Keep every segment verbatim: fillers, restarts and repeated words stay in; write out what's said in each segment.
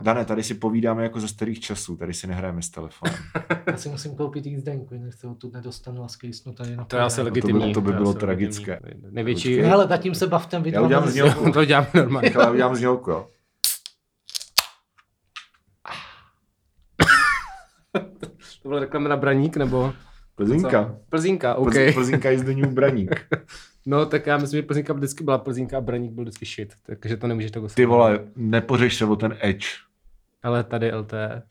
Dane, tady si povídáme jako ze starých časů, tady si nehrajeme s telefonem. Já si musím koupit X-denku, jinak se ho tu nedostanu a skejsnu tady na To je asi No legitimní. to by, to by bylo asi tragické. legitimní. Největší... Počkej. Ale zatím se bavtem Já udělám vydváme. znělku. To děláme normálně. Já udělám znělku, jo. To byla reklama na Braník, nebo... Plzínka. Plzínka, OK. Plz- Plzínka is the new Braník. No, tak já myslím, že Plzínka vždycky byla Plzínka a Braník byl vždycky shit, takže to nemůžeš tak Ty vole, nepořeš se o ten edge. Ale tady L T.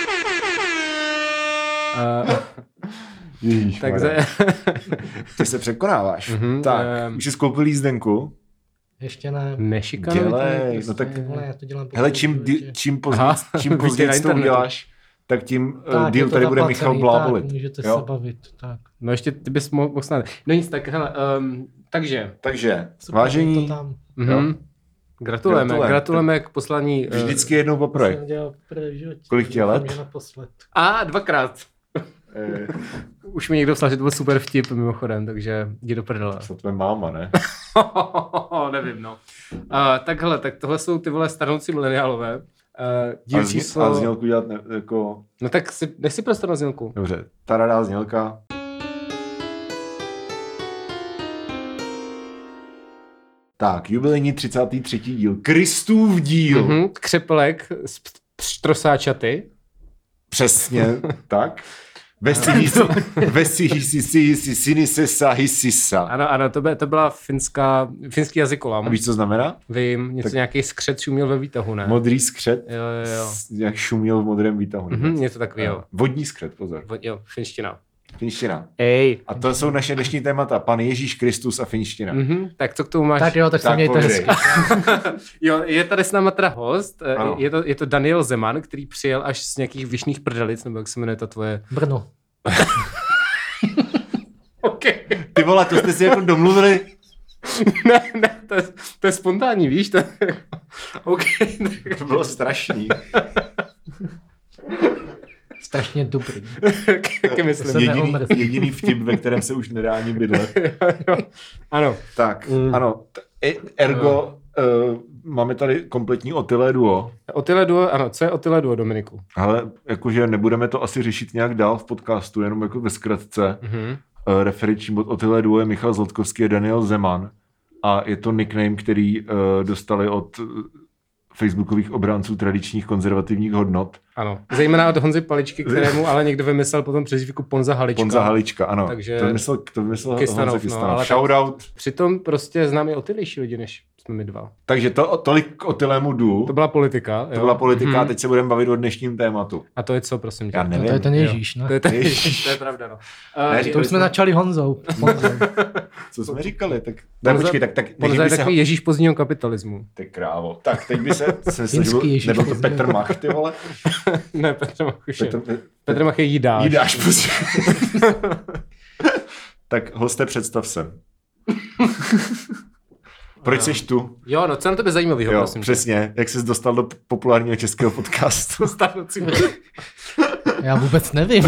Uh, Ježíš, takže... Ty se překonáváš. Mhm, Tak, um, už jsi skoupil jízdenku. Ještě ne. Nešikanuj. Dělej, no tak... Ty vole, já to dělám po Hele, celém čím, životě. di- čím Aha, později, čím vidíte později na to internetu. uděláš, tak tím Tak, uh, je díl to tady bude zaplacený, Michal blábolit. Tak, můžete Jo? se bavit, tak. No ještě ty bys mohl mohl snad. No nic, tak hele, um, takže. Takže, Super, vážení, to tam. Mhm. Gratulujeme, Gratulujeme. gratulujeme k poslaní. uh, vždycky jednou poprvé. Jsem dělal poprvé v životě. Kolik tě let? Doufám, že naposled. A dvakrát. Eh, Už mi někdo psal, že to byl super vtip mimochodem, takže jdi do prdele. Co tvoje máma, ne? Nevím, no. Uh, tak hele, tak tohle jsou ty vole starnoucí mileniálové. Uh, A, díl zně, číslo... a znělku dělat ne, jako... No tak si, nech si prostor na znělku. Dobře, taradá znělka. Tak, jubilejní třicátý třetí díl. Kristův díl. Mhm, křepelek z pštrosáčaty. Přesně tak. Vesihisi, vesihisi, sinisesa, hisisa. Ano, ano, to, by, to byla finská, finský jazykolam. A víš, co znamená? Vím, něco Tak- nějaký skřet šuměl ve výtahu, ne? Modrý skřet, Jo, jo, jo. s- jak šuměl v modrém výtahu. Mhm, něco takového. Vodní skřet, pozor. Vo- Jo, finština. Finština. Ej. A to jsou naše dnešní témata. Pan Ježíš Kristus a finština. Mhm, tak co k tomu máš? Tak jo, tak se Tak mějte povídej. hezky. Jo, je tady s náma teda host, eh, Ano. je to, je to Daniel Zeman, který přijel až z nějakých vyšných prdelic, nebo jak se jmenuje ta tvoje... Brno. OK. Ty vole, to jste si jako domluvili? ne, ne, to je, to je spontánní, víš? To je... OK. To bylo strašný. Strašně dobrý. Taky myslím. Jsem Jediný, neomrzl. jediný vtip, ve kterém se už nedá ani bydlet. Ano. Tak, Mm. ano. T- e- ergo, uh, máme tady kompletní Otylé duo. Otyle duo, ano, co je Otyle duo, Dominiku? Ale jakože nebudeme to asi řešit nějak dál v podcastu, jenom jako ve zkratce. Mhm. Uh, referenční bod Otylé duo je Michal Zlatkovský a Daniel Zeman. A je to nickname, který uh, dostali od uh, facebookových obránců tradičních konzervativních hodnot. Ano. Zejména od Honzy Paličky, kterému ale někdo vymyslel potom přezdívku Ponza Halička. Ponza Halička, ano. Takže- To vymyslel, to vymyslel Kystanov, Honza no, Kystanov. ale tak- Shoutout. Přitom prostě znám i otylejší lidi, než jsme my dva. Takže to, tolik k Otylému duo. To byla politika. To jo? byla politika a Mhm. teď se budeme bavit o dnešním tématu. A to je co, prosím tě? Já No, nevím. to je ten Jo. Ježíš, ne? To je, ten, Ježiš. to je pravda, no. Ne, Uh, že To už jsme začali Honzou. Honzou. Co jsme říkali? Tak, tak Ponza- počkej, tak, tak než Ponza by je se... takový Ježíš pozdního kapitalismu. Ty krávo. Tak, teď by se... jsem myslel, že Finský byl, Ježíš nebyl to pozdního. Petr Mach, ty vole? ne, Petr Mach už je. Petr, Petr Mach je jídáš. jídáš, prostě. Tak hoste, představ se. Proč jsi tu? Jo, no co na tebe zajímavého, Jo, prosím tě? přesně. Jak jsi dostal do populárního českého podcastu? Starnoucí. Já vůbec nevím.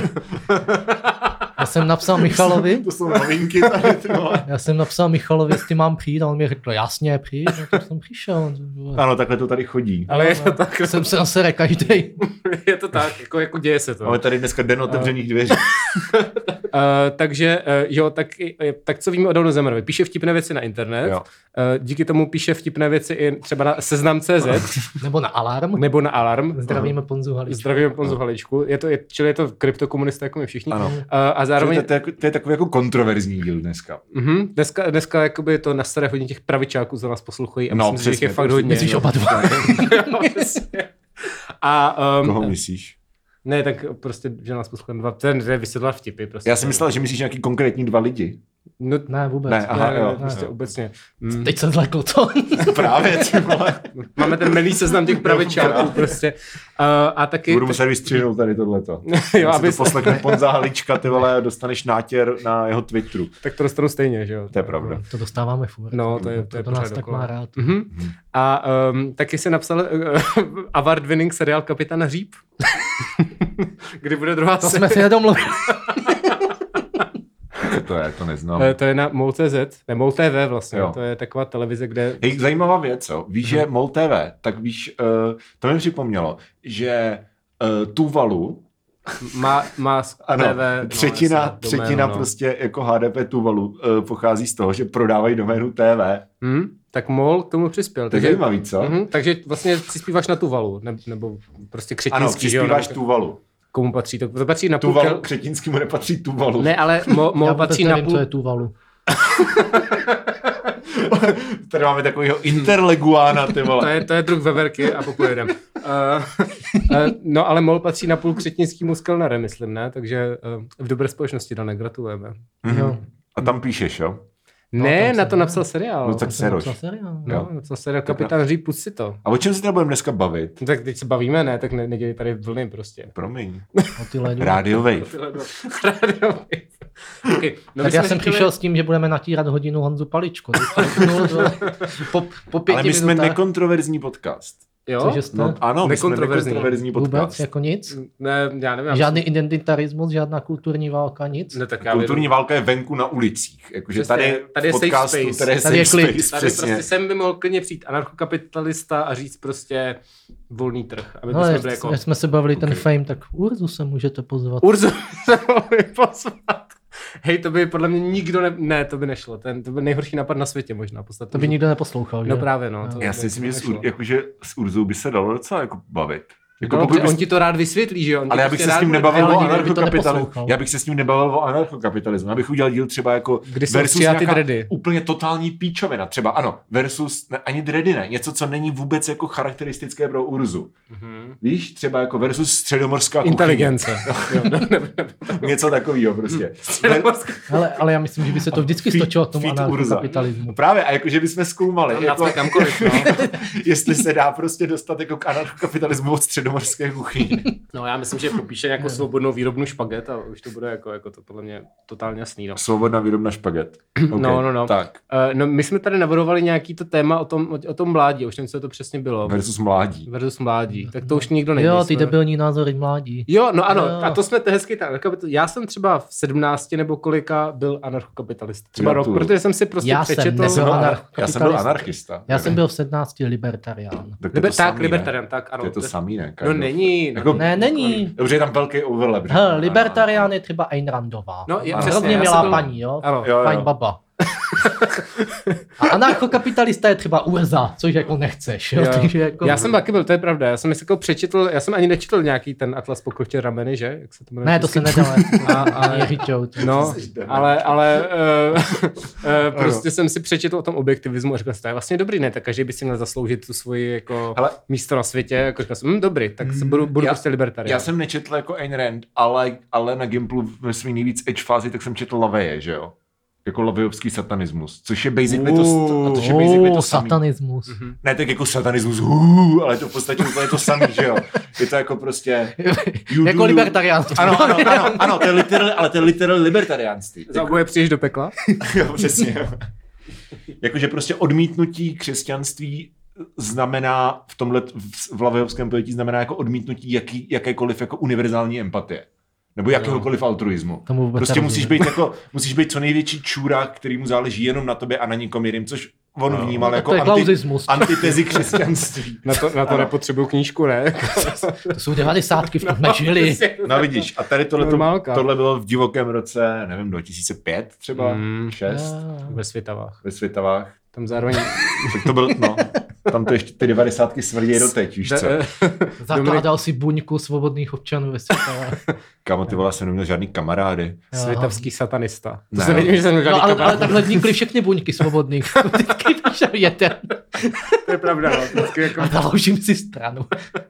Já jsem napsal Michalovi, To jsou novinky tady, ty vole. já jsem napsal Michalovi, jestli mám přijít a on mi řekl, jasně, přijď, no to jsem přišel. Ano, takhle to tady chodí. Ale je to tak, Jsem se nasere každej. je to tak, jako, jako děje se to. Máme tady dneska den otevřených dveří. Uh, takže uh, jo, tak, uh, tak co víme o Danu Zemanovi? Píše vtipné věci na internet, Jo. uh, díky tomu píše vtipné věci i třeba na seznam tečka cé zet Nebo na alarm. nebo na Alarm. Zdravíme Ponzu Haličku. Zdravíme Ponzu Haličku. Je to, je, čili je to kryptokomunista jako my všichni. Ano. Uh, a zároveň... To, to, je, to je takový jako kontroverzní díl dneska. Uh-huh. Dneska, dneska jakoby to na staré hodně těch pravičáků, co nás posluchují. A No, myslím, si, že jich je přesně, fakt to hodně. Myslíš no. oba dva? Jo, přesně. A, um, Koho myslíš? ne, tak prostě, že nás poslouchají dva. To je vysvětlovat vtipy. Prostě. Já jsem myslel, že myslíš nějaký konkrétní dva lidi. No, Ne, vůbec. Ne, aha, ne, jo. prostě obecně. Mm. Teď se zlekl to. Právě, ty vole. Máme ten milý seznam těch pravičáků prostě. Uh, a taky... Budu muset vystřihnout tady tohleto. jo, Aby aby to poslechne Ponza Halička, ty vole, dostaneš nátěr na jeho Twitteru. tak to dostanu stejně, že jo? To je pravda. To dostáváme furt. No, to je, to je to nás pořád tak dokola. má rád. Mhm. A um, taky se napsal uh, award-winning seriál Kapitán Hříb. Kdy bude druhá To série. jsme si nedomluvili. to je, to neznám. Uh, to je na MOL tečka cé zet, ne, MOL T V vlastně, Jo. to je taková televize, kde... Hej, zajímavá věc, jo. Víš, že MOL T V, tak víš, uh, to mi připomnělo, že uh, Tuvalu, Má, má ano, T V, třetina, no, jasně, třetina doménu, no. prostě jako H D P Tuvalu uh, pochází z toho, že prodávají doménu T V. Hmm? Tak MOL k tomu přispěl. To je zajímavý, co? Mhm, takže vlastně přispíváš na Tuvalu, ne, nebo prostě Křetínský. Ano, přispíváš že jo, Tuvalu. Komu patří? To, to patří na půl... Tuvalu, Křetínskému nepatří Tuvalu. Ne, ale mo, MOL Já patří vůbec na nevím, půl... co je Tuvalu. Tady máme takovýho interleguána, ty vole. To je, to je druh veverky a popojedem. Uh, uh, no ale MOL patří na půl Křetínskýmu s Kellnerem, myslím, ne? Takže uh, v dobré společnosti, Dané, gratulujeme. Mhm. Jo. A tam píšeš, jo? Ne, tam na jsem- to napsal seriál. No tak To jsem seroš. napsal seriál. No, napsal seriál Kapitán Hřích, pusť si to. A o čem se teda budeme dneska bavit? No, tak teď se bavíme, ne? Tak ne, nedělej tady vlny prostě. Promiň. O ty ledu. Radio Wave. Okay. No, Tak já jsem přišel s tím, že budeme natírat hodinu Honzu Paličku. po, po pěti Ale my jsme minutách. nekontroverzní podcast. Jo? Cože jste? No ano, my jsme Nekontroverzní. nekontroverzní Vůbec, podcast. jako nic? Ne, já nevím. já Žádný myslím- identitarismus, žádná kulturní válka, nic? Ne, tak já Kulturní vědu. válka je venku na ulicích. Jakože Přesně, tady, tady je v safe podcastu, space. tady je Tady je safe klid. space, Tady přesně. prostě sem by mohl klidně přijít anarchokapitalista a říct prostě volný trh. Aby No, bychom jak, byli jako... jak jsme se bavili ten Ok. fame, tak Urzu se můžete pozvat. Urzu se mohli pozvat. Hej, to by podle mě nikdo ne... Ne, to by nešlo. Ten, to by nejhorší nápad na světě možná. Poslat To by nikdo neposlouchal, že? No právě, no. To, Já to- si myslím, to že s, nešlo. Ur, jakože s Urzou by se dalo docela jako bavit. Jako No, pokud protože bys- on ti to rád vysvětlí, že jo? On ale ti já bych prostě se s rád ním bude- nebavil ale o nikdo by to anarchokapitalismu. neposlouchal. Já bych se s ním nebavil o anarchokapitalismu. Já bych udělal díl třeba jako Kdy jsou versus přijaty nějaká dready. úplně totální píčovina. Třeba ano, versus ne, ani dready ne. Něco, co není vůbec jako charakteristické pro Urzu. Mhm. Víš, třeba jako versus středomorská kuchyně. Inteligence. Jo, ne, ne, ne, Něco takového prostě. Středomorská- Ale, ale já myslím, že by se to vždycky Feed- stočilo tomu feed Urza. anarchokapitalismu. Právě, a jakože bychom zkoumali, Tam jako, nacpe kamkoliv, no. jestli se dá prostě dostat jako k anarchokapitalismu od středomorské kuchyně. No já myslím, že popíše nějakou svobodnou výrobnu špaget a už to bude jako, jako to podle mě totálně jasný. No. Svobodná výrobna špaget. Okay. No, no, no. Tak, Uh, no my jsme tady navrhovali nějaký to téma o tom, o, o tom mládí, už nevím, co to přesně bylo. versus mládí. Versus mládí. Tak to už nikdo neví. Jo, ty jsme- debilní názory mládí. Jo, no ano, Jo. a to jsme to hezky tak. Já jsem třeba v sedmnácti nebo kolika byl anarchokapitalista. Třeba rok, Gratuluju. protože jsem si prostě Já jsem přečetl. nebyl Jsem byl anar- anarchokapitalista. já jsem byl anarchista. Já jsem byl v sedmnácti libertarián. Tak, to je Liber, to tak, samý, libertarian, ne? tak, ano. To je to samý, ne? No Karlo? není. No, Jako- Ne, není. Dobře, je tam velký overlap. že? Hele, libertarián je třeba Ayn Randová. No, je- Ano. přesně, Hrozně já milá jsem byl- paní, jo? Ano. Jo, jo. Fajn baba. A anarchokapitalista je třeba Urza, což jako nechceš, jo? Jo. Takže jako... Já jsem taky byl, to je pravda. Já jsem si jako přečetl, já jsem ani nečetl nějaký ten Atlas pokročil rameny, že? Jak se to jmenuje? Ne, to se nedá. A- a- Jiřičou. No, Jsi debil. ale, ale uh, uh, prostě jsem si přečetl o tom objektivismu a říkal jsem, to je vlastně dobrý, ne? Tak každý by si měl zasloužit tu svoji jako Hele. místo na světě. Jako říkal jsem, hm, dobrý, tak se budu, budu Já- prostě libertarián. Já jsem nečetl jako Ayn Rand, ale, ale na Gimplu ve svým nejvíc edge fázi, tak jsem četl Laveje, že jo? Jako lavejovský satanismus, což je basically to, Uh, a což je basically to Oh, samý. satanismus. Mhm. Ne tak jako satanismus, hů, ale to v podstatě úplně to samý, že jo? Je to jako prostě... you Jako do you- libertarián. Ano, ano, ano, ano, to je literal, ale to je literal libertariánství. Za oboje přijdeš do pekla? Jo, přesně. Jo. Jakože prostě odmítnutí křesťanství znamená v tomhle, v, v lavejovském pojetí znamená jako odmítnutí jaký, jakékoliv jako univerzální empatie. Nebo jakéhokoliv altruismu. Tomu vůbec Prostě nerozumím. musíš být jako, musíš být co největší čůrák, který mu záleží jenom na tobě a na nikom jiným, což on No. vnímal No, jako to je anti, klauzismus. antitezi křesťanství. Na to, na to nepotřebuju knížku, ne? To jsou devadesátky, v tom jsme žili. No vidíš, a tady tohle, Normálka. tohle bylo v divokém roce, nevím, dva tisíce pět třeba, Mm. šest Ve Světavách. ve Světavách. Tam zároveň... Tak to byl, no, tam to ještě ty devadesátky smrdějí doteď, víš co. Zakládal si buňku svobodných občanů ve světě. Kámo, ty vole, jsem neměl žádný kamarády. Světavský satanista. To Ne. se vidím, že jsem No, žádný ale, ale kamarád. takhle vznikly všechny buňky svobodných. Vždycky přišel jeden To je pravda, no. Vždycky jako... a založím si stranu.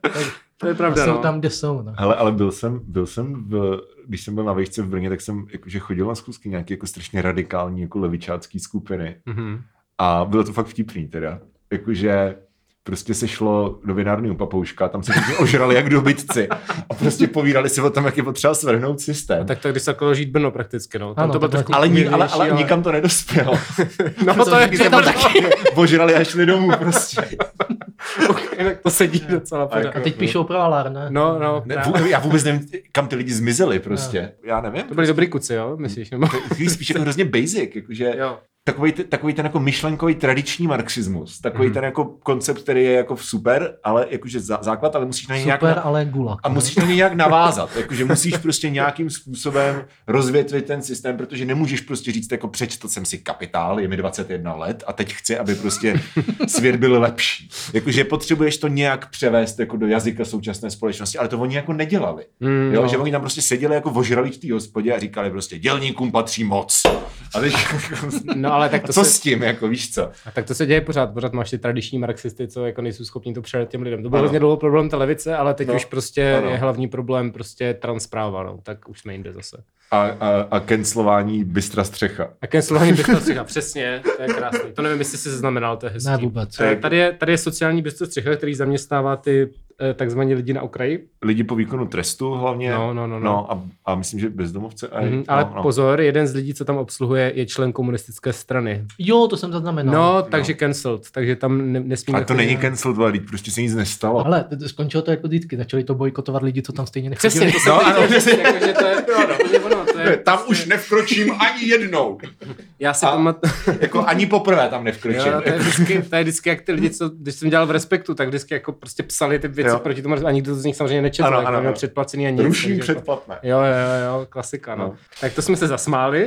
To je pravda, Jsou no. tam, kde jsou. No. Hele, ale byl jsem, byl jsem v, když jsem byl na vejšce v Brně, tak jsem jakože chodil na schůzky nějaké jako strašně radikální jako levičácký skupiny. Mhm. A bylo to fakt vtipný teda. Jakože prostě se šlo do vinárního papouška, tam se všichni ožrali jak dobytci a prostě povídali si o tom, jak je potřeba svrhnout systém. Tak to, když se jako žít Brno prakticky, no. Tam Ano, to bylo takhle trošku ale, ni, ale, mírnější, ale nikam to nedospělo. No to je Všichni se to pořád ožrali a šli domů prostě. jinak to sedí docela pořád. A teď píšou pro Alar, ne? No, no. Ne, vů, já vůbec nevím, kam ty lidi zmizeli prostě. Já nevím. To byli dobrý kuci, jo, myslíš? Nebo? To je spíš jako hrozně basic, jakože Jo. takový, t- takový ten jako myšlenkový tradiční marxismus, takový Mhm. ten jako koncept, který je jako super, ale jakože zá- základ, ale musíš na něj nějak Super, na- ale gulag. a musíš na něj nějak navázat, jakože musíš prostě nějakým způsobem rozvětvit ten systém, protože nemůžeš prostě říct jako přečetl jsem si Kapitál, je mi dvacet jedna let a teď chci, aby prostě svět byl lepší. Jakože potřebuješ to nějak převést jako do jazyka současné společnosti, ale to oni jako nedělali. Mm, Jo, no. že oni tam prostě seděli jako vožrali v té hospodě a říkali prostě dělníkům patří moc. A teď, No, ale tak a to co se... s tím, jako víš co? A tak to se děje pořád, pořád máš ty tradiční marxisty, co jako nejsou schopni to předat těm lidem. To byl Ano. hrozně dlouho problém té levice, ale teď No. už prostě Ano. je hlavní problém prostě transpráva, no, tak už jsme jinde zase. A, a, a cancelování Bystra střecha. A cancelování bystro střecha, přesně, to je krásný. To nevím, jestli jsi zaznamenal, to je hezký. Ne vůbec. Eh, Tady je, tady je sociální bystro střecha, který zaměstnává ty eh, takzvaní lidi na okraji. Lidi po výkonu trestu hlavně. No, no, no, no. no a, a myslím, že bezdomovce. A, Mhm, no, ale no. pozor, jeden z lidí, co tam obsluhuje, je člen komunistické strany. Jo, to jsem zaznamenal. No, takže cancelled, takže tam ne, nesmíme... Ale to chodit. není cancel, ale prostě se nic nestalo. Ale t- skončilo to jako vždycky, začali to bojkotovat lidi, co tam stejně nechodili. Přesně, to jsem No, no, ano, přesně, jako, že to je, jo, no, to je ono, to je, Tam už nevkročím ani jednou. já si A- pamatuju, Jako ani poprvé tam nevkročím. jo, to, je vždycky, to je vždycky jak ty lidi, co, když jsem dělal v Respektu, tak vždycky jako prostě psali ty věci Jo. proti tomu, a nikdo z nich samozřejmě nečetl, Ano, jako ano, měl ano. předplacený a nic. Ruším takže jako- předplatné. Jo, jo, jo, klasika, no. No. Tak to jsme se zasmáli.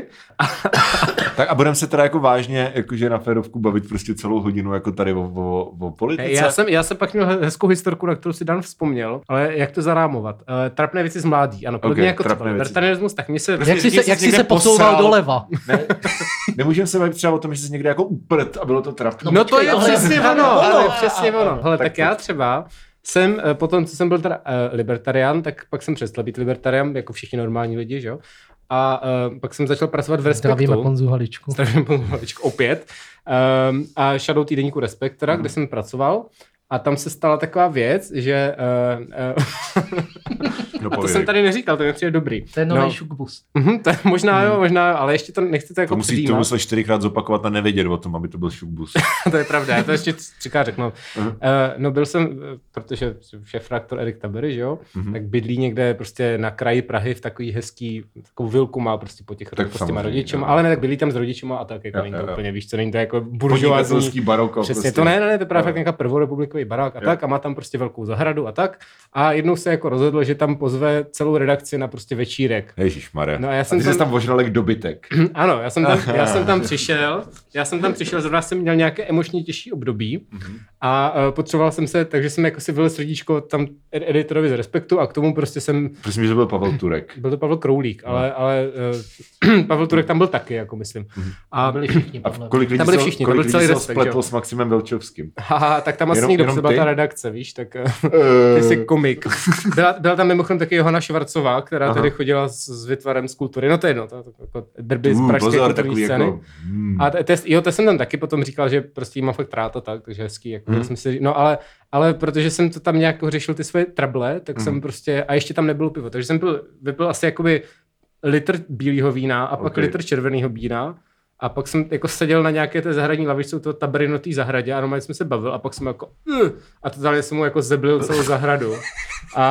Tak a budeme se teda jako vážně, jakože na férovku bavit prostě celou hodinu jako tady o, o, o politice. Já jsem, já jsem pak měl hezkou historku, na kterou si Dan vzpomněl, ale jak to zarámovat? Uh, trapné věci z mládí, ano, podobně Ok, jako třeba trapné věci. libertarianismus, tak mi se... Jak jsi se, Jestli jak jsi jsi se někde posouval posral- doleva? Ne, nemůžeme se bavit třeba o tom, že jsi někde jako uprt a bylo to trapné. No to počkej, je tohle je- přesně ano, ono, ano, ale přesně a- a- ono. Hele, tak tak já pojď. třeba jsem, eh, potom, co jsem byl teda uh, libertarián, tak pak jsem přestal být libertarián, jako všichni normální lidi, že jo? A uh, pak jsem začal pracovat v Respektu. Zdravíme Ponzu Haličku. Zdravím Ponzu Haličku, opět. Um, a shadow týdeníku Respekt, teda, kde jsem pracoval. A tam se stala taková věc, že... Uh, uh, No, a to povědej. jsem tady neříkal, to mi přijde dobrý. To je nový No. šukbus. Mhm, to je možná jo, možná jo, ale ještě to nechci to jako To musí, to předjímat. musel čtyřikrát zopakovat a nevědět o tom, aby to byl šukbus. To je pravda, já to ještě třikrát řeknu. Mhm. Uh, no byl jsem, eh, protože šéfredaktor Erik Tabery, že jo, Mhm. tak bydlí někde prostě na kraji Prahy v takový hezký, takovou vilku má prostě po těch Tak prostě má samozřejmě, rodičema, jo. ale ne, tak bydlí tam s rodičema a tak, jako Jo, není jo, to jo. úplně, víš co, není to jako buržoazní. Podnikatelský baroko. Přesně, prostě. to ne, ne, ne, to je právě Jo. fakt nějaká prvorepublikový barák a Jo. tak a má tam prostě velkou zahradu a tak. A jednou se jako rozhodl, že tam pozve celou redakci na prostě večírek. Ježišmarja. No a já a jsem ty tam- jsi tam ožral jak dobytek. Ano, já jsem tam, já jsem tam přišel, já jsem tam přišel, zrovna jsem měl nějaké emočně těžší období a uh, potřeboval jsem se, takže jsem jako si vylil srdíčko tam ed- editorovi z Respektu a k tomu prostě jsem, Prosím, že to byl Pavel Turek. byl to Pavel Kroulík, ale, ale uh, Pavel Turek tam byl taky, jako myslím. A, Byli všichni. A podle kolik lidí, Tam byli se- všichni, to kolik byl lidí celý se Respekt, spletl jo. s Maximem Velčovským? haha, tak tam asi Jenom- někdo, jenom protože byla ty? ta redakce, víš, tak uh, ty jsi komik. Byla, byla tam mimochodem taky Johana Švarcová, která Aha. tady chodila s, s Vytvarem z kultury, no to je jedno, to, to, to jako drby z Uh, pražské pozor, kulturní takový scény. jako... Hmm. A to, jo, to jsem tam taky potom říkal, že prostě jí mám fakt rád a tak, takže hezký. Jako, Mhm. mm. jsem si, no ale, ale protože jsem to tam nějak řešil ty své trable, tak mm. jsem prostě, a ještě tam nebylo pivo, takže jsem byl, vypil asi jakoby litr bílého vína a pak Okay. litr červeného vína. A pak jsem jako seděl na nějaké té zahradní lavičce u toho Tabery na té zahradě a normálně jsme se bavil a pak jsem jako uh, a totálně jsem mu jako zeblil celou zahradu. A,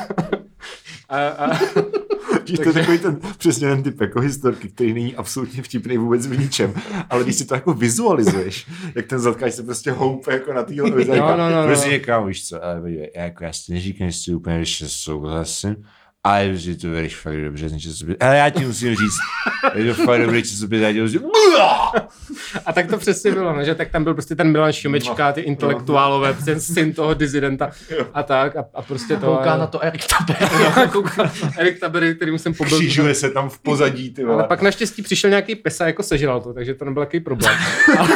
a, a Víš, to je takový ten, přesně ten typ jako historky, který není absolutně vtipný vůbec v ničem, ale když si to jako vizualizuješ, jak ten zatkáč se prostě houpe jako na té lavici. No, no, no, no. Prostě někam, víš co, ale podívej, já, jako já si neříkám, že si úplně ještě souhlasím, ale že to vedeš fakt dobře, že sobě, ale já ti musím říct, je to fakt dobré, že sobě dá dělat, A tak to přesně bylo, no, že tak tam byl prostě ten Milan Šimečka, ty intelektuálové, ten syn toho dizidenta a tak a, a prostě to. Kouká a, na to Erik Taber. kouká Erik Tabery, kterým jsem pobyl. křižuje se tam v pozadí, ty vole. Ale pak naštěstí přišel nějaký pesa, jako sežral to, takže to nebyl takový problém. ale,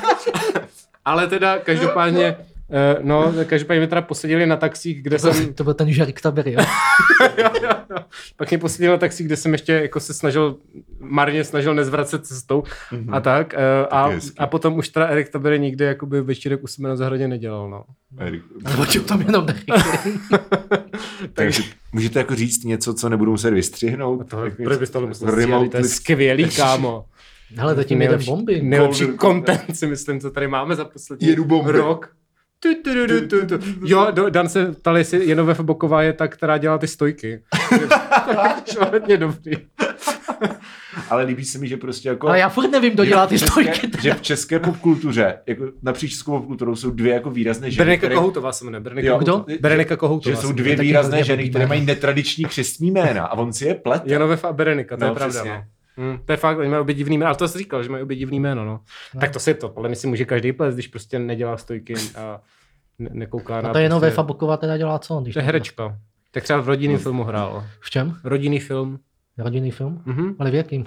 ale teda každopádně, eh, no, každopádně mě teda posadili na taxík, kde jsem, To byl ten Erik Taber, jo. jo, jo, jo. Pak mě posadili na taxík, kde jsem ještě jako se snažil, marně snažil nezvracet cestou a tak. eh, A, hezký. a potom už teda Erik Tabery nikdy jakoby večírek u sebe na zahradě nedělal, no. Erik, Nebo ti tam jenom nechytili. takže můžete jako říct něco, co nebudu muset vystřihnout? Tohle, Jako proč něco- bys tohle musel remote stříhat? To je list- skvělý, kámo. Hele, zatím jeden bomby. Nejlepší Golden content si myslím, co tady máme za poslední Jedu bomby. rok. Tu, tu, tu, tu, tu. Jo, do, Dan se ptal, jestli Jenové Boková je ta, která dělá ty stojky. To je hodně dobrý. Ale líbí se mi, že prostě jako... Ale já furt nevím, kdo dělá ty české, stojky. že v české popkultuře, jako napříč českou popkulturou jsou dvě jako výrazné ženy, Berenika které... Kohoutová se jmenuje. Berenika Jo, Kohoutová. kdo? Berenika Kohoutová. Že jsou se dvě jmenuje. výrazné ženy, blbý které jméno. mají netradiční křestní jména a on si je plete. Jenové a Berenika, to No, je pravda. přesně. No. Hmm, to je fakt, oni mají obě divný jméno, ale to jsi říkal, že mají obě divný jméno, no. No. Tak to si to, podle mě si může každý plést, když prostě nedělá stojky a ne- nekouká na... A to je nové prostě... Faboková teda dělá co? Když To je herečka. Tak třeba v rodinném filmu hrál. V čem? Rodinný film. Rodinný film? Mhm. Ale v jakým?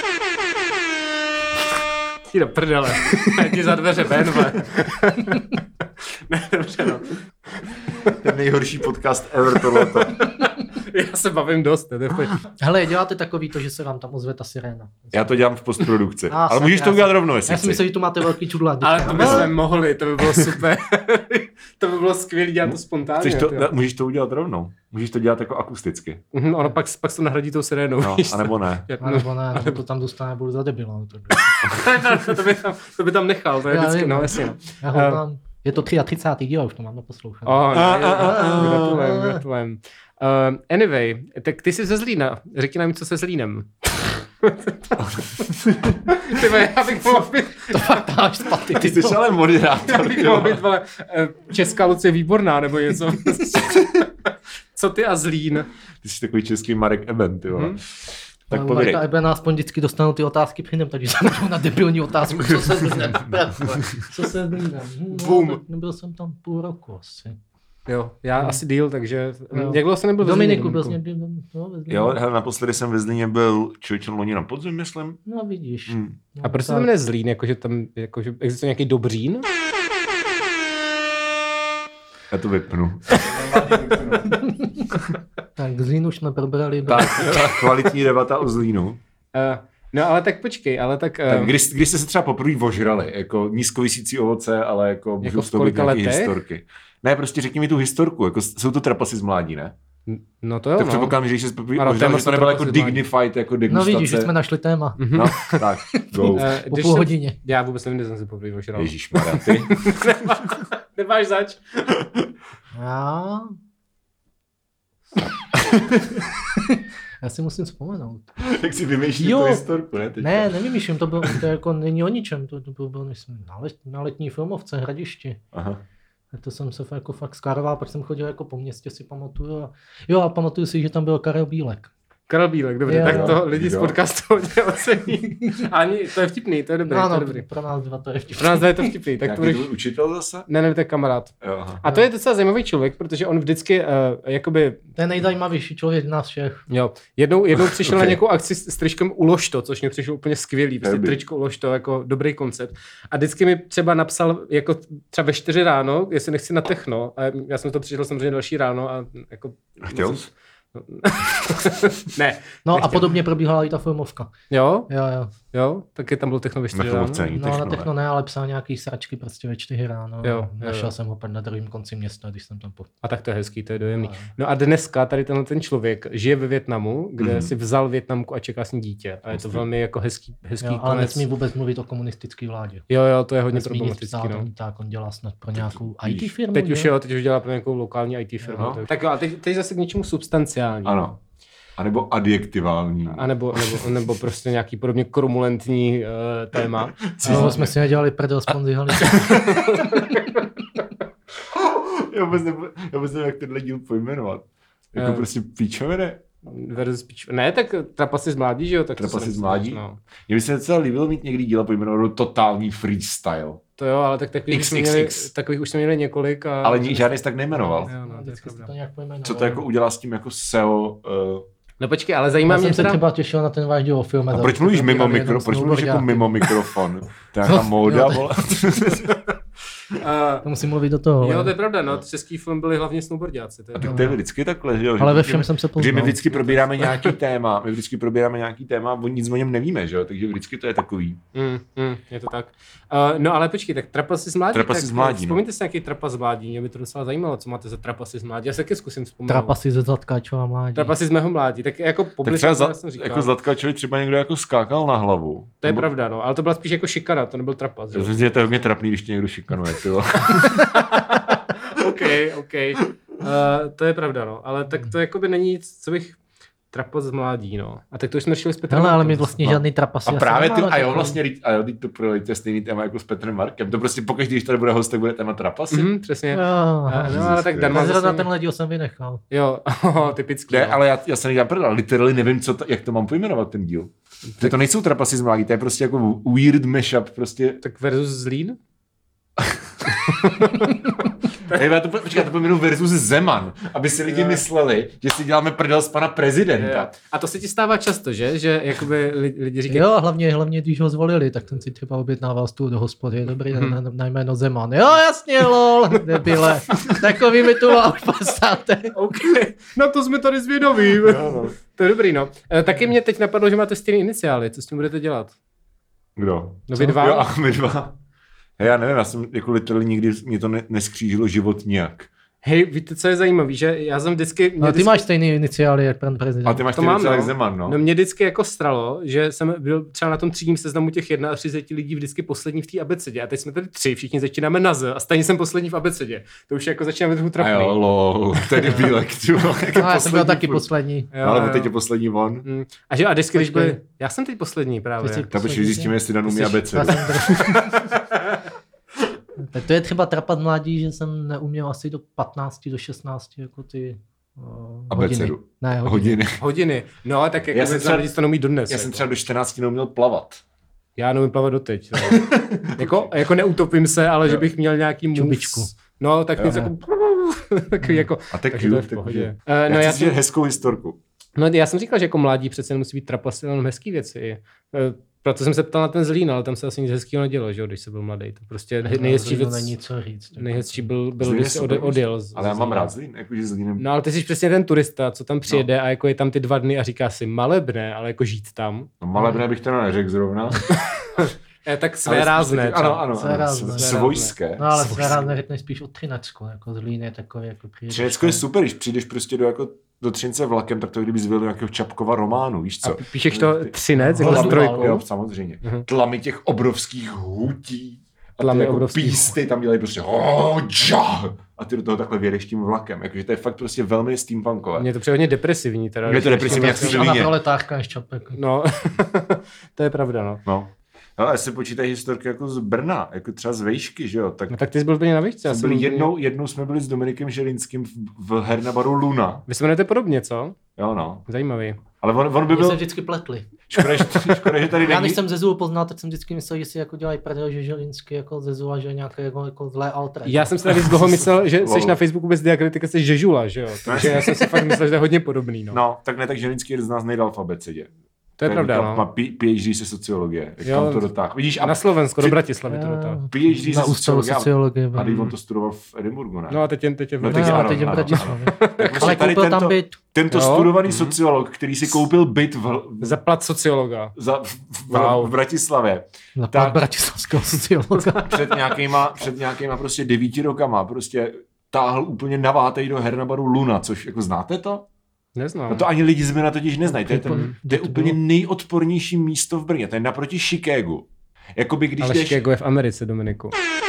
Jdi do prdele. Jdi za dveře, Ben, vole. Ne, dobře, no. Ten nejhorší podcast ever tohleto. Já se bavím dost, ne? Hele, děláte takový to, že se vám tam ozve ta siréna. Já to dělám v postprodukci. A, Ale můžeš já to udělat jsem- rovnou, jestli Já si chceš. myslím, že tu máte velký čudlák. Ale teďka. to bychom mohli, to by bylo super. To by bylo skvělé dělat to spontánně. Chceš to, ty jo. ne, můžeš to udělat rovnou. Můžeš to dělat jako akusticky. Mhm, ono pak, pak se to nahradí tou sirénou. No, víš co? anebo ne. Jak- A nebo ne, nebo to tam dostane, budu za debila. To, no, to, by tam, to by tam nechal, to je Já vždycky, vím, no no. jasně. No. já ho mám. Je to třicátý díl, už to mám naposlouchat. Oh, A, a, a, a. gratulujem, gratulujem. Uh, anyway, tak ty jsi ze Zlína. Řekni nám něco se Zlínem. Ty vole, já bych mohl být, To fakt dáš spaty. Ty jsi ale já moderátor. bych ty mohl vole. být vole, eh, Česká Lucie Výborná, nebo něco. Co ty a Zlín? Ty jsi takový český Marek Eben, ty vole. Mhm. Tak Ale povědej. Marka Ebena aspoň vždycky dostanou ty otázky při něm, takže se můžu na debilní otázku, co se zlínem. Co se zlínem? Hm, no, Boom. tak nebyl jsem tam půl roku asi. Jo, já Hmm. asi díl, takže... Jo. Jak dlouho jsem nebyl ve Dominiku, Zlíně, byl jsi Dominiku? někdy no, ve Zlíně? Jo, hele, naposledy jsem ve Zlíně byl člověče loni na podzim, myslím. No vidíš. Hmm. No, A proč se to tak. jmenuje Zlín? Jakože tam jakože existuje nějaký Dobřín? Já to vypnu. Tak Zlín už jsme probrali. Tak, kvalitní debata o Zlínu. Uh, no ale tak počkej, ale tak... Uh, Tak kdy, kdy jste se třeba poprvé ožrali, jako nízkovisící ovoce, ale jako můžou Jako v z toho být kolika nějaký letech? historky. Ne, prostě řekni mi tu historku, jako jsou to trapasy z mládí, ne? no to jo, Tak no. předpokládám, že když jsi poprvé Ano, ožral, téma že jsou to nebylo jako trapasy z mládí. dignified, jako No degustace. vidíš, že jsme našli téma. No, tak, go. Uh, Po když půl jsem- hodině. Já vůbec nevím, kde jsem se poprvé ožral. Ježišmarja, ty. Nemáš zač? Já... Já si musím vzpomenout. Jak si vymýšlíš Jo. tu historku, ne? Teďka. Ne, nevymýšlím, to, bylo, to jako není o ničem, to, to bylo, bylo myslím, na, let, na letní filmovce Hradišti. Aha. Tak to jsem se jako fakt skároval, protože jsem chodil jako po městě, si pamatuju. A, jo, a pamatuju si, že tam byl Karel Bílek. Karel Bílek, dobře, Jo. tak to lidi z Jo. podcastu hodně ocení. Ani, to je vtipný, to je dobrý, No, to je no, dobrý. pro nás dva to je vtipný. Pro nás dva je to vtipný, tak to Nějaký budeš... tvůj učitel zase? Ne, ne, to je kamarád. Jo, aha. A to je docela zajímavý člověk, protože on vždycky, uh, jakoby, To je nejzajímavější člověk z nás všech. jo, jednou, jednou přišel Okay. na nějakou akci s, s tričkem Ulož to, což mě přišlo úplně skvělý, prostě Dobrý. tričko Ulož to, jako dobrý koncept. A vždycky mi třeba napsal, jako třeba ve čtyři ráno, jestli nechci na techno, a já jsem to přišel samozřejmě další ráno a jako... A chtěl jsi? Ne. No a nechtěl. podobně probíhala i ta filmovka. Jo, Jo, jo. jo, taky tam byl techno ve Na čtyři ráno. filmovce není No na techno, ne? techno ne, ale psal nějaký sračky prostě ve čtyři ráno. Jo, jo, Našel jo. jsem ho pak na druhém konci města, když jsem tam po... A tak to je hezký, to je dojemný. No. No a dneska tady tenhle ten člověk žije ve Vietnamu, kde Mhm. si vzal Vietnamku a čeká s ní dítě. A je to Hezký. velmi jako hezký, hezký Jo, ale konec. nesmí vůbec mluvit o komunistické vládě. Jo, jo, to je hodně Nesmí nic problematický, psát, no. ani tak, on dělá snad pro nějakou vidíš, í té firmu. Teď už že? jo, teď už dělá pro nějakou lokální í té firmu. Jo. Tak- Tak jo, a teď, teď zase k něčemu substanciální. Ano. A nebo adjektivální. A nebo, nebo, nebo prostě nějaký podobně kromulentní uh, téma. No, jsme si nedělali prdel s Ponzi Haličem. Já vůbec nevím, já vůbec nevím, jak tenhle díl pojmenovat. Jako Eh. prostě píčoviny. Versus píč... Ne, tak trapasy z mládí, že jo? Tak to Trapasy se z mládí? No. Mně by se docela líbilo mít někdy díla pojmenovat totální freestyle. To jo, ale tak takových, už jsme X X měli, X. takových už jsme měli několik. A... Ale ni- žádný jsi tak nejmenoval. Jo, no, to je Vždycky se pravda. to nějak pojmenoval. Co to jako udělá s tím jako S E O? Uh, No počkej, ale zajímá Já mě jsem se teda... třeba těšil na ten váš díl o filme. a za- proč mluvíš to mimo probírali mikro? jenom Proč mluvíš jako snowboardáky. mimo mikrofon? To je nějaká No, móda, jo, to- vole. To musím mluvit do toho. Jo, jo. to je pravda, no, český film byli hlavně snowboardiáci. To je Tak to je vždycky takhle, že jo? Ale že- ve že všem my- jsem se Protože poznal. my vždycky probíráme nějaký téma, my vždycky probíráme nějaký téma, o nic o něm nevíme, že jo? Takže vždycky to je takový. Mm, mm, je to tak. Uh, no ale počkej, tak trapasy z mládí. Trapasy tak, z mládí, no. Vzpomeňte si nějaký trapas z mládí, mě by to docela zajímalo, co máte za trapasy z mládí. Já se taky zkusím vzpomenout. Trapasy ze Zatkáčova mládí. Trapasy z mého mládí, tak jako Tak poblíž, třeba za, já jsem říkal. jako Zlatkačovi třeba někdo jako skákal na hlavu. To je Nebo- pravda, no, ale to byla spíš jako šikana, to nebyl trapas. že Já jo? si myslím, že to je hodně trapný, když tě někdo šikanuje, ty vole. OK, OK. Uh, to je pravda, no. Ale tak to jakoby není nic, co bych trapas z mládí, no. A tak to už jsme řešili s Petrem. Hele, ale my vlastně No. žádný trapasy A asi právě ty, nemáme, a jo, tak- vlastně, a jo, teď to prolejte stejný téma jako s Petrem Markem. To prostě pokud, když tady bude host, tak bude téma trapasy. Mhm, přesně. Jo, A, no, ale tak Jezus, Darma Zrovna zase... tenhle díl jsem vynechal. Jo, typický. Ne, no. ale já, já se nedělám prdel, literally nevím, co to, jak to mám pojmenovat, ten díl. To, to nejsou trapasy z mládí, to je prostě jako weird mashup, prostě. Tak versus Zlín? Hej, já to, počkej, já to pojmenu versus Zeman, aby si lidi mysleli, že si děláme prdel z pana prezidenta. Jo. A to se ti stává často, že? Že jakoby li- lidi říkají, Jo, hlavně, hlavně, když ho zvolili, tak ten si třeba objednával stůl do hospody. Dobrý, Mhm. hmm. na, na jméno Zeman. Jo, jasně, lol, debile. Takový mi tu už postáte. OK, na to jsme tady zvědaví. To je dobrý, no. E, taky mě teď napadlo, že máte stejné iniciály. Co s tím budete dělat? Kdo? No vy dva? Jo, a my dva. Hej, já nevím, já jsem jako literally nikdy, mě to ne, neskřížilo život nijak. Hej, víte, co je zajímavé, že já jsem vždycky... mě No, ty vždycky, máš stejný iniciály, jak pan prezident. A ty máš To ty mám, docela no. jak Zeman, no. No mě vždycky jako stralo, že jsem byl třeba na tom třídním seznamu těch třicet jedna lidí vždycky poslední v té abecedě. A teď jsme tady tři, všichni začínáme na Z a stejně jsem poslední v abecedě. To už jako začíná být trochu A trapný. jo, lol, tady bílek, ty vole, jak je No, já jsem byl poslední taky furt. poslední. Jo, Ale jo. teď je poslední on. Mm. A že a vždycky, když Počkej. byli... Já jsem teď poslední právě. Ty jsi- Tak počkej, zjistíme, jestli Dan umí Jsi- abecedu. já jsem dr- Tak to je třeba trapat mládí, že jsem neuměl asi do patnácti, do šestnácti jako ty uh, hodiny. Abecedu. Ne, hodiny. Hodiny. Hodiny. No, ale tak jako Já jsem třeba- lidi to neumí dodnes. Já jsem jako. třeba do čtrnácti neuměl plavat. Já neumím plavat doteď. No. jako, jako neutopím se, ale že Jo. bych měl nějaký moves. Čubičku. No, tak Jo. něco jako... takový jako... A tak Takže to je v cute, tak pohodě. cute. Eh, No no, já já chci jsem, říct hezkou historku. no, já jsem říkal, že jako mládí přece nemusí být trapasy, jenom hezký věci. Eh, Proto jsem se ptal na ten Zlín, ale tam se asi nic hezkého nedělo, že jo, když se byl mladý. To prostě nej- nejhezčí To věc, není co říct. nejhezčí byl, byl Zlín je když jsi ode, super, odjel. z- Ale já z mám Zlína. rád Zlín, jakože Zlínem. No ale ty jsi přesně ten turista, co tam přijede no. a jako je tam ty dva dny a říká si malebné, ale jako žít tam. No, malebné bych teda neřekl zrovna. Je tak své Ale rázné. spíš taky- Ano, ano, Své ano, rázné. s- svojské. No ale Svojské. své rád neřekneš spíš o Třinecku, jako Zlín je takový, jako přijedeš. Třinecko je super, když přijdeš prostě do, jako, do Třince vlakem, tak to kdyby zvěl do nějakého Čapkova románu, víš A co? píšeš to Ty- Třinec, jako Hladu, s trojkou. Jo, samozřejmě. Mhm. Tlamy těch obrovských hutí. A Tlamy ty jako obrovských. písty tam dělají prostě hodža, a ty do toho takhle vědeš tím vlakem. Jakože to je fakt prostě velmi steampunkové. Mně to přijde hodně depresivní. Teda, Je to když- depresivní, jak když- si A na Zlíně. proletářka je Čapek. No, to je pravda, no. No. No, ale se počítají historky jako z Brna, jako třeba z Vejšky, že jo? Tak No tak ty jsi byl úplně na výšce. já jsme jsem byli byl- jednou, jednou jsme byli s Dominikem Želinským v, v hernabaru Luna. Vy se jmenujete podobně, co? Jo, no. Zajímavý. Ale on, on by My se byl... vždycky pletli. Škoda, že, škoda, že tady Já není... než jsem Zezu poznal, tak jsem vždycky myslel, že si jako dělají prdel, že Želinsky jako Zezu a že je nějaké jako, jako zlé alter. Já jsem si tady z dlouho myslel, že Lol. jsi na Facebooku bez diakritika, jsi Žežula, že jo? Takže já jsem si fakt myslel, že to je hodně podobný, no. No, tak ne, tak Želinský je z nás nejdál v abecedě. To je pravda, Kam no. Má P- PhD se sociologie. Jo. Kam to dotáhl. Vidíš, A na a, Slovensko, do při- Bratislavy to dotáhl. PhD na ze ústavu sociologie. sociologie. A teď on to studoval v Edinburgu, ne? No a teď je, teď je v No, No, teď jo, ano, teď je v ano, Bratislavě. Tak prostě Ale tady koupil tam tento, byt. tento Jo. studovaný Mhm. sociolog, který si koupil byt v, Za plat sociologa. za, v, v, Wow. v Bratislavě Na Tak. tak. bratislavského sociologa. před nějakýma, před nějakýma prostě devíti rokama prostě táhl úplně navátej do hernabaru Luna, což jako znáte to? Neznám. No to ani lidi z Brna totiž neznají. To je, ten, Kde to je to úplně bylo? nejodpornější místo v Brně. To je naproti Chicagu. Jakoby když Ale jdeš... Chicago je v Americe, Dominiku.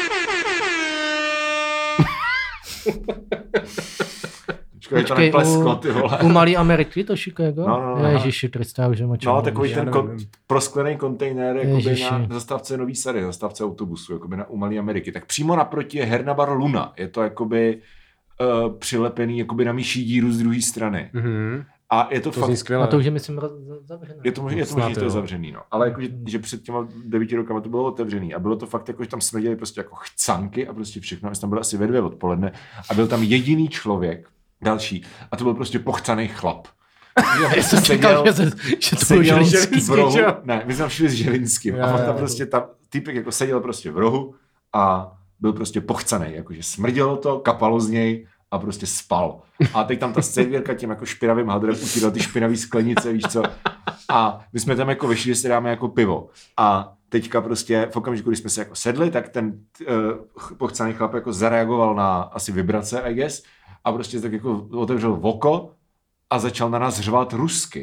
Škoda, že to Počkej, neplesklo, u- ty vole. U malé Ameriky to Chicago? No, no, no. Ježiši Krista, já už je močím. No, takový já ten nevím. kon, prosklený kontejner jakoby Ježiši. na zastávce Nový Sady, zastávce autobusu, jakoby na Umalý Ameriky. Tak přímo naproti je hernabar Luna. Je to jakoby uh, přilepený jakoby na myší díru z druhé strany. Mhm. A je to, To fakt... zní skvěle. A to už je, myslím, roz- zavřené. Je to možné, je to, Snad možný, že to je jo. zavřený, no. Ale jakože, že před těma devíti rokama to bylo otevřený a bylo to fakt jako, že tam smrděli prostě jako chcanky a prostě všechno. My jsme tam byli asi ve dvě odpoledne a byl tam jediný člověk, další, a to byl prostě pochcaný chlap. Já jsem čekal, že, se- že to byl seděl Želinský. v rohu, že jo? ne, my jsme tam šli s Želinským Jo, a on jo, tam jo. prostě, tam, týpek jako seděl prostě v rohu a byl prostě pochcaný, jakože smrdělo to, kapalo z něj a prostě spal. A teď tam ta servírka tím jako špinavým hadrem utíral ty špinavý sklenice, víš co. A my jsme tam jako vyšli, že si dáme jako pivo. A teďka prostě v okamžiku, když jsme se jako sedli, tak ten uh, pochcaný chlap jako zareagoval na asi vibrace, I guess, a prostě tak jako otevřel oko a začal na nás řvát rusky.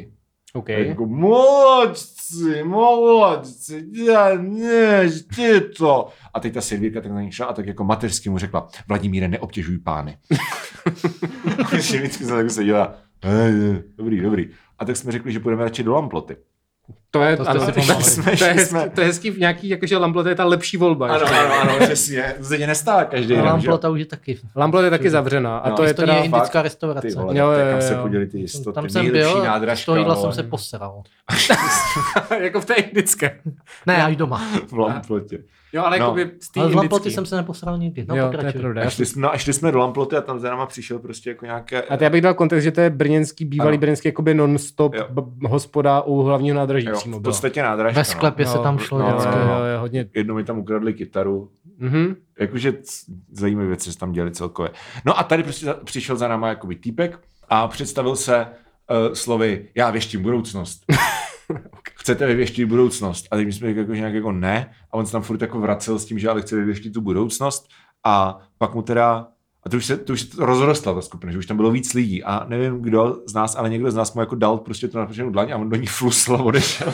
OK. A jako, molodci, molodci, já ne, ty to. A teď ta Silvírka tak na ní šla a tak jako mateřsky mu řekla, Vladimíre, neobtěžuj pány. A vždycky se tak seděla, dobrý, dobrý. A tak jsme řekli, že půjdeme radši do Lamploty. To je, To ano, jste to, si to, pomáhali. to, je hezký, to je hezký v nějaký, jakože Lamplot je ta lepší volba. Ano, ještě. ano, ano, přesně. To se nestává každý den, že jo? Lamplota už je taky. Lamplot je taky zavřená. A No, to je To teda... je indická Ty restaurace. vole, Jo, tak jo, kam se jo. poděli ty jistoty, Tam jsem nejlepší byl, nádražka. z toho jídla vole. jsem se posral. jako v té indické. Ne, až doma. V Lamplotě. Jo, ale No. jakoby z té Ale v Lamploty indický. jsem se neposral nikdy. No, Jo, to je pokračuj. pravda. A šli jsme, no, a šli jsme do Lamploty a tam za náma přišel prostě jako nějaké... A já bych dal kontext, že to je brněnský, bývalý Ano. brněnský jakoby non-stop Jo. b- hospoda u hlavního nádraží jo, přímo v byla. podstatě nádražka. Ve sklepě no. se tam No, šlo no, Jo, vždycky. jo, no. jo, jo, hodně. No. Jednou mi tam ukradli kytaru. Mhm. Jakože c- zajímavé věci se tam děli celkově. No a tady prostě za, přišel za náma jakoby týpek a představil se uh, slovy, já věštím budoucnost. Chcete vyvěštit budoucnost? A teď my jsme řekli jako, že nějak jako ne. A on se tam furt jako vracel s tím, že ale chce vyvěštit tu budoucnost. A pak mu teda, a to už se, to už se rozrostla ta skupina, že už tam bylo víc lidí. A nevím, kdo z nás, ale někdo z nás mu jako dal prostě tu napršenou dlaň a on do ní flusl a odešel.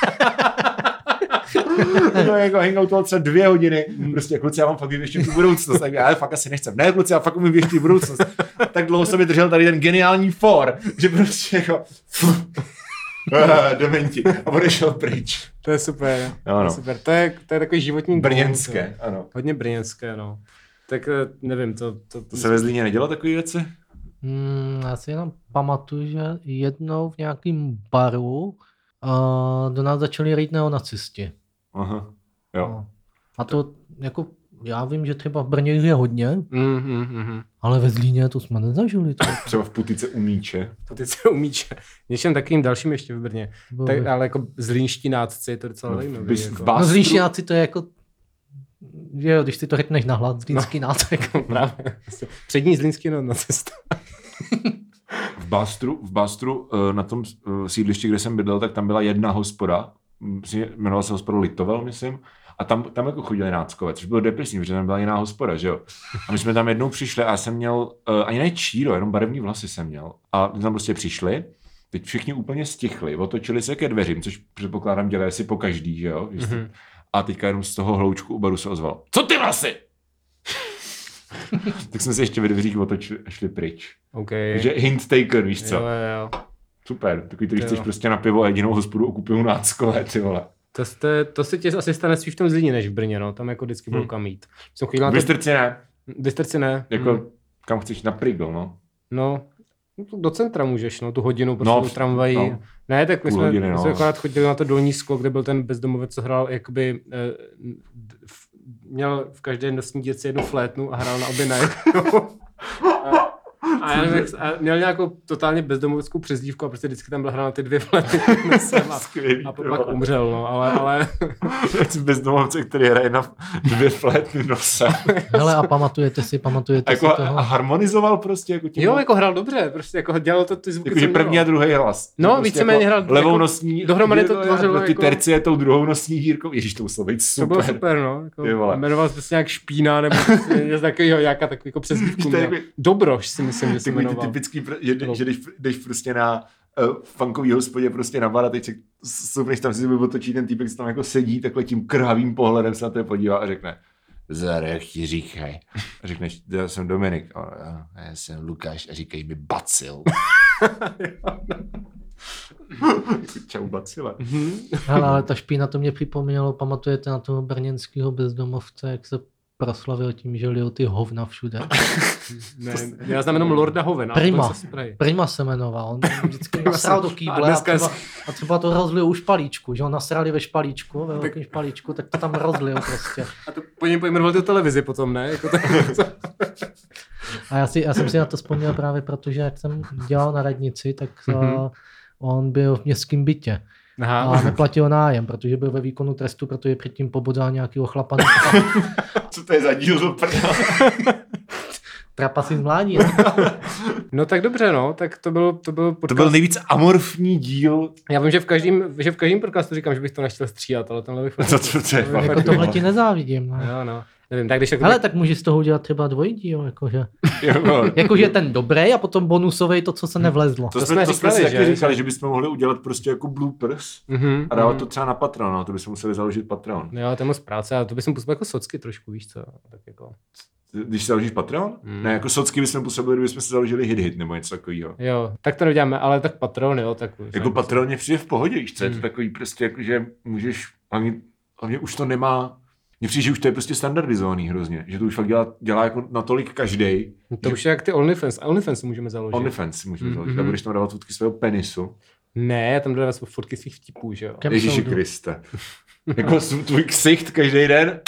No, jako hangout toho třeba dvě hodiny, prostě kluci, já mám fakt vyvěštit tu budoucnost, tak já fakt asi nechcem, ne kluci, já fakt umím vyvěštit budoucnost. Tak dlouho jsem mi držel tady ten geniální for, že prostě jako dementi a odešel pryč. To je super. Jo, To je no. super. To je, to je takový životní Brněnské, gól, ano. to. Hodně brněnské, no. Tak eh, nevím, to... To, To se ve Zlíně nedělo takové věci? Hmm, já si jenom pamatuju, že jednou v nějakém baru uh, do nás začali rejt neonacisti. Aha, jo. No. A to jako, já vím, že třeba v Brně je hodně, Mm, mm, mm. ale ve Zlíně to jsme nezažili. To, Třeba v Putice u Míče. To ty se umíče. Něčem takovým dalším ještě v Brně. bylo Tak, by- ale jako zlínští nácci, to je docela No, zajímavé. bys- Jako. v bá- No Zlínšťáci to je jako, že jo, když si to řekneš nahlas, zlínský no. nácek. Právě. Přední zlínský no, nacista. V Bástru, v Bástru eh, na tom eh, sídlišti, kde jsem bydlel, tak tam byla jedna hospoda, hm, si- jmenovala se hospoda Litovel, myslím, a tam, tam jako chodili náckové, což bylo depresivní, protože tam byla jiná hospoda, že jo. A my jsme tam jednou přišli a já jsem měl, uh, ani ne číro, jenom barevný vlasy jsem měl. A my tam prostě přišli, teď všichni úplně stichli, otočili se ke dveřím, což předpokládám dělají si po každý, že jo. Mm-hmm. A teďka jenom z toho hloučku u baru se ozval, co ty vlasy? Tak jsme se ještě ve dveřích otočili a šli pryč. Okay. Takže hint taken, víš co. Jo, jo, jo. Super, takový to, když Jo. chceš prostě na pivo a jedinou hospodu okupují náckové, ty vole. To, jste, to se ti asi stane spíš v tom Zlíně než v Brně, no. Tam jako vždycky bylo Hmm. kam jít. Jsem chodil na V to... Bystrci ne, Bystrci ne. jako Hmm. kam chceš na Prigl, no. No, no to do centra můžeš, no, tu hodinu prostě No, do tramvají. no. Ne, tak my Půl jsme, hodiny, my no. jsme akorát chodili na to dolní sklo, kde byl ten bezdomovec, co hrál, jakoby, eh, v, měl v každé nosní dětce jednu flétnu a hrál na obě najednou. a, a, já nevím, jak- a měl nějakou totálně bezdomoveckou přezdívku a prostě vždycky tam byla hrána ty dvě flétny nosem a, Skvělý, a ty pak vole. umřel, no, ale, ale Jsi bezdomovce, který hraje na dvě flétny nosem. Hele, a pamatujete si, pamatujete A, si jako, toho? a harmonizoval prostě jako tím. jo, jako hrál dobře, prostě jako dělal to ty zvuky, Jakože co první a mělo. druhý hlas. No, Prostě víceméně jako hrál levou jako- nosní. dohromady to jo, tvořilo ty jako- tercie tou druhou nosní hírkou. Ježíš, to muselo být To bylo super. super, no. Jako, Ty vole. jmenoval se prostě nějak Špína, nebo něco takového, nějaká takový jako přezdívku Víš, to je měl. takový- Dobroš si myslím, že se Takový ty jmenoval. typický, pr- že, že jdeš, jdeš prostě na uh, funkový hospodě prostě na bar a teď se supneš tam si otočí ten týpek, co tam jako sedí, takhle tím krvavým pohledem se na to podívá a řekne Zare, jak ti říkaj. A řekneš, já jsem Dominik. A já, já jsem Lukáš a říkej mi Bacil. Čau Bacile. Hele, ale ta Špína to mě připomnělo, pamatujete na toho brněnského bezdomovce, jak se proslavil tím, že lil ty hovna všude. Ne, já znám jenom Lorda Hoven. ale Prima. to se spray. Prima se jmenoval, on vždycky Prima nasral se- do kýble a a, dneska třeba, a třeba to rozlil u špalíčku, že ho nasrali ve špalíčku, ve velkém špalíčku, tak to tam rozlil prostě. A to po něm pojmenoval tu televizi potom, ne? Jako to, A já, si, já jsem si na to vzpomněl právě protože, jak jsem dělal na radnici, tak Mhm. uh, on byl v městském bytě a aha. neplatil nájem, protože byl ve výkonu trestu, protože předtím pobodal nějakýho chlapa. Co to je za díl do prdele? Trapasy z mládí. Ne? No tak dobře, no. Tak to byl, to byl podcast. To byl nejvíc amorfní díl. Já vím, že v každém, že v každém podcastu říkám, že bych to nechtěl stříhat, ale tenhle bych... To, to, to je to fakt Jako fakt tohle bylo. ti nezávidím. No. Jo, no. nevím, tak když jako... Ale tak můžeš z toho udělat třeba dvojitý, jakože. Jo, Jakože ten dobrý a potom bonusový to, co se nevlezlo. to, To jsme, jsme to jsme si říkali, taky že? říkali, že bychom mohli udělat prostě jako bloopers Mhm, a dávat mhm. to třeba na Patreon, no, to bychom museli založit Patreon. Jo, to je moc práce, ale to bych působil jako socky trošku, víš co? Tak jako... Když si založíš Patreon? Mm. Ne, jako socky bychom působili, kdybychom si založili hit hit nebo něco takového. Jo, tak to neděláme, ale tak Patreon, jo, tak... Jako Patreon mě přijde v pohodě, víš co, je to Mm. takový prostě jako, že můžeš, hlavně, hlavně už to nemá, mně přijde, že už to je prostě standardizovaný hrozně, že to už fakt dělá, dělá jako natolik každej. To už je jak ty OnlyFans, OnlyFans můžeme založit. OnlyFans si můžeme Mm, založit, mhm. a budeš tam dávat fotky svého penisu. Ne, já tam dodávám fotky svých vtipů, že jo. Kem Ježíši soudu. Kriste. Jako s- tvůj ksicht každý den,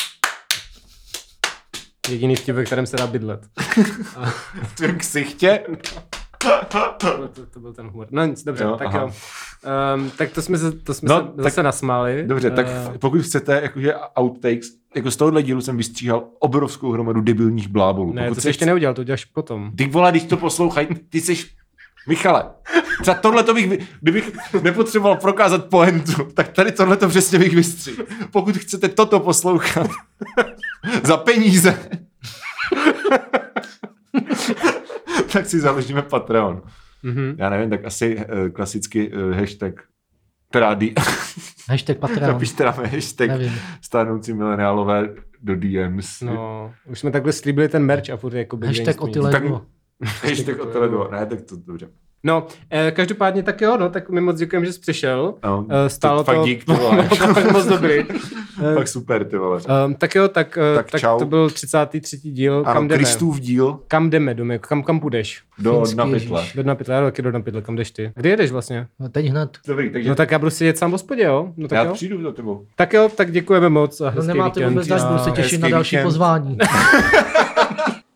Jediný vtip, ve kterém se dá bydlet. v tvém ksichtě. To, to, to byl ten humor. No nic, dobře, Jo, jo, tak aha. jo. Um, tak to jsme, se, to jsme No, se tak- zase nasmáli. Dobře, tak Eh, pokud chcete jakože outtakes, jako z tohohle dílu jsem vystříhal obrovskou hromadu debilních blábolů. ne, Pokud to se jsi ještě chce- neudělal, to uděláš potom. Ty vole, když to poslouchají, ty jsi... Michale, třeba tohle to bych, vy- kdybych nepotřeboval prokázat pointu, tak tady tohle to přesně bych vystřihl. Pokud chcete toto poslouchat za peníze, tak si založíme Patreon. Mhm. Já nevím, tak asi uh, klasicky uh, hashtag trady. Hashtag Patreon. Napište nám hashtag Nevím. stárnoucí mileniálové do D Ms. No, už jsme takhle slíbili ten merch a furt jako by Hashtag nic. Otile Tak- Duo. Hashtag od Teledu. Ne, tak to dobře. No, eh, každopádně tak jo, no, tak mi moc děkujeme, že jsi přišel. No, Eh, stálo fakt to... dík, ty vole. to je moc dobrý. Fakt super, ty vole. Um, tak jo, tak, eh, Tak tak, čau. to byl třicátý třetí díl. Ano, Kam jdeme? Kristův díl Kam jdeme, Domek? Kam, kam půjdeš? do Finský na Ježíš. pytle. Do Napytle, já taky do Napytle, kam jdeš ty? Kdy jedeš vlastně? No teď hned. Dobrý, takže No tak já budu sedět sám v hospodě, jo? No tak já jo. přijdu za tebou. Tak jo, tak děkujeme moc a No hezký nemáte víkend. vůbec zač, budu se hezký těšit na další víkend. pozvání.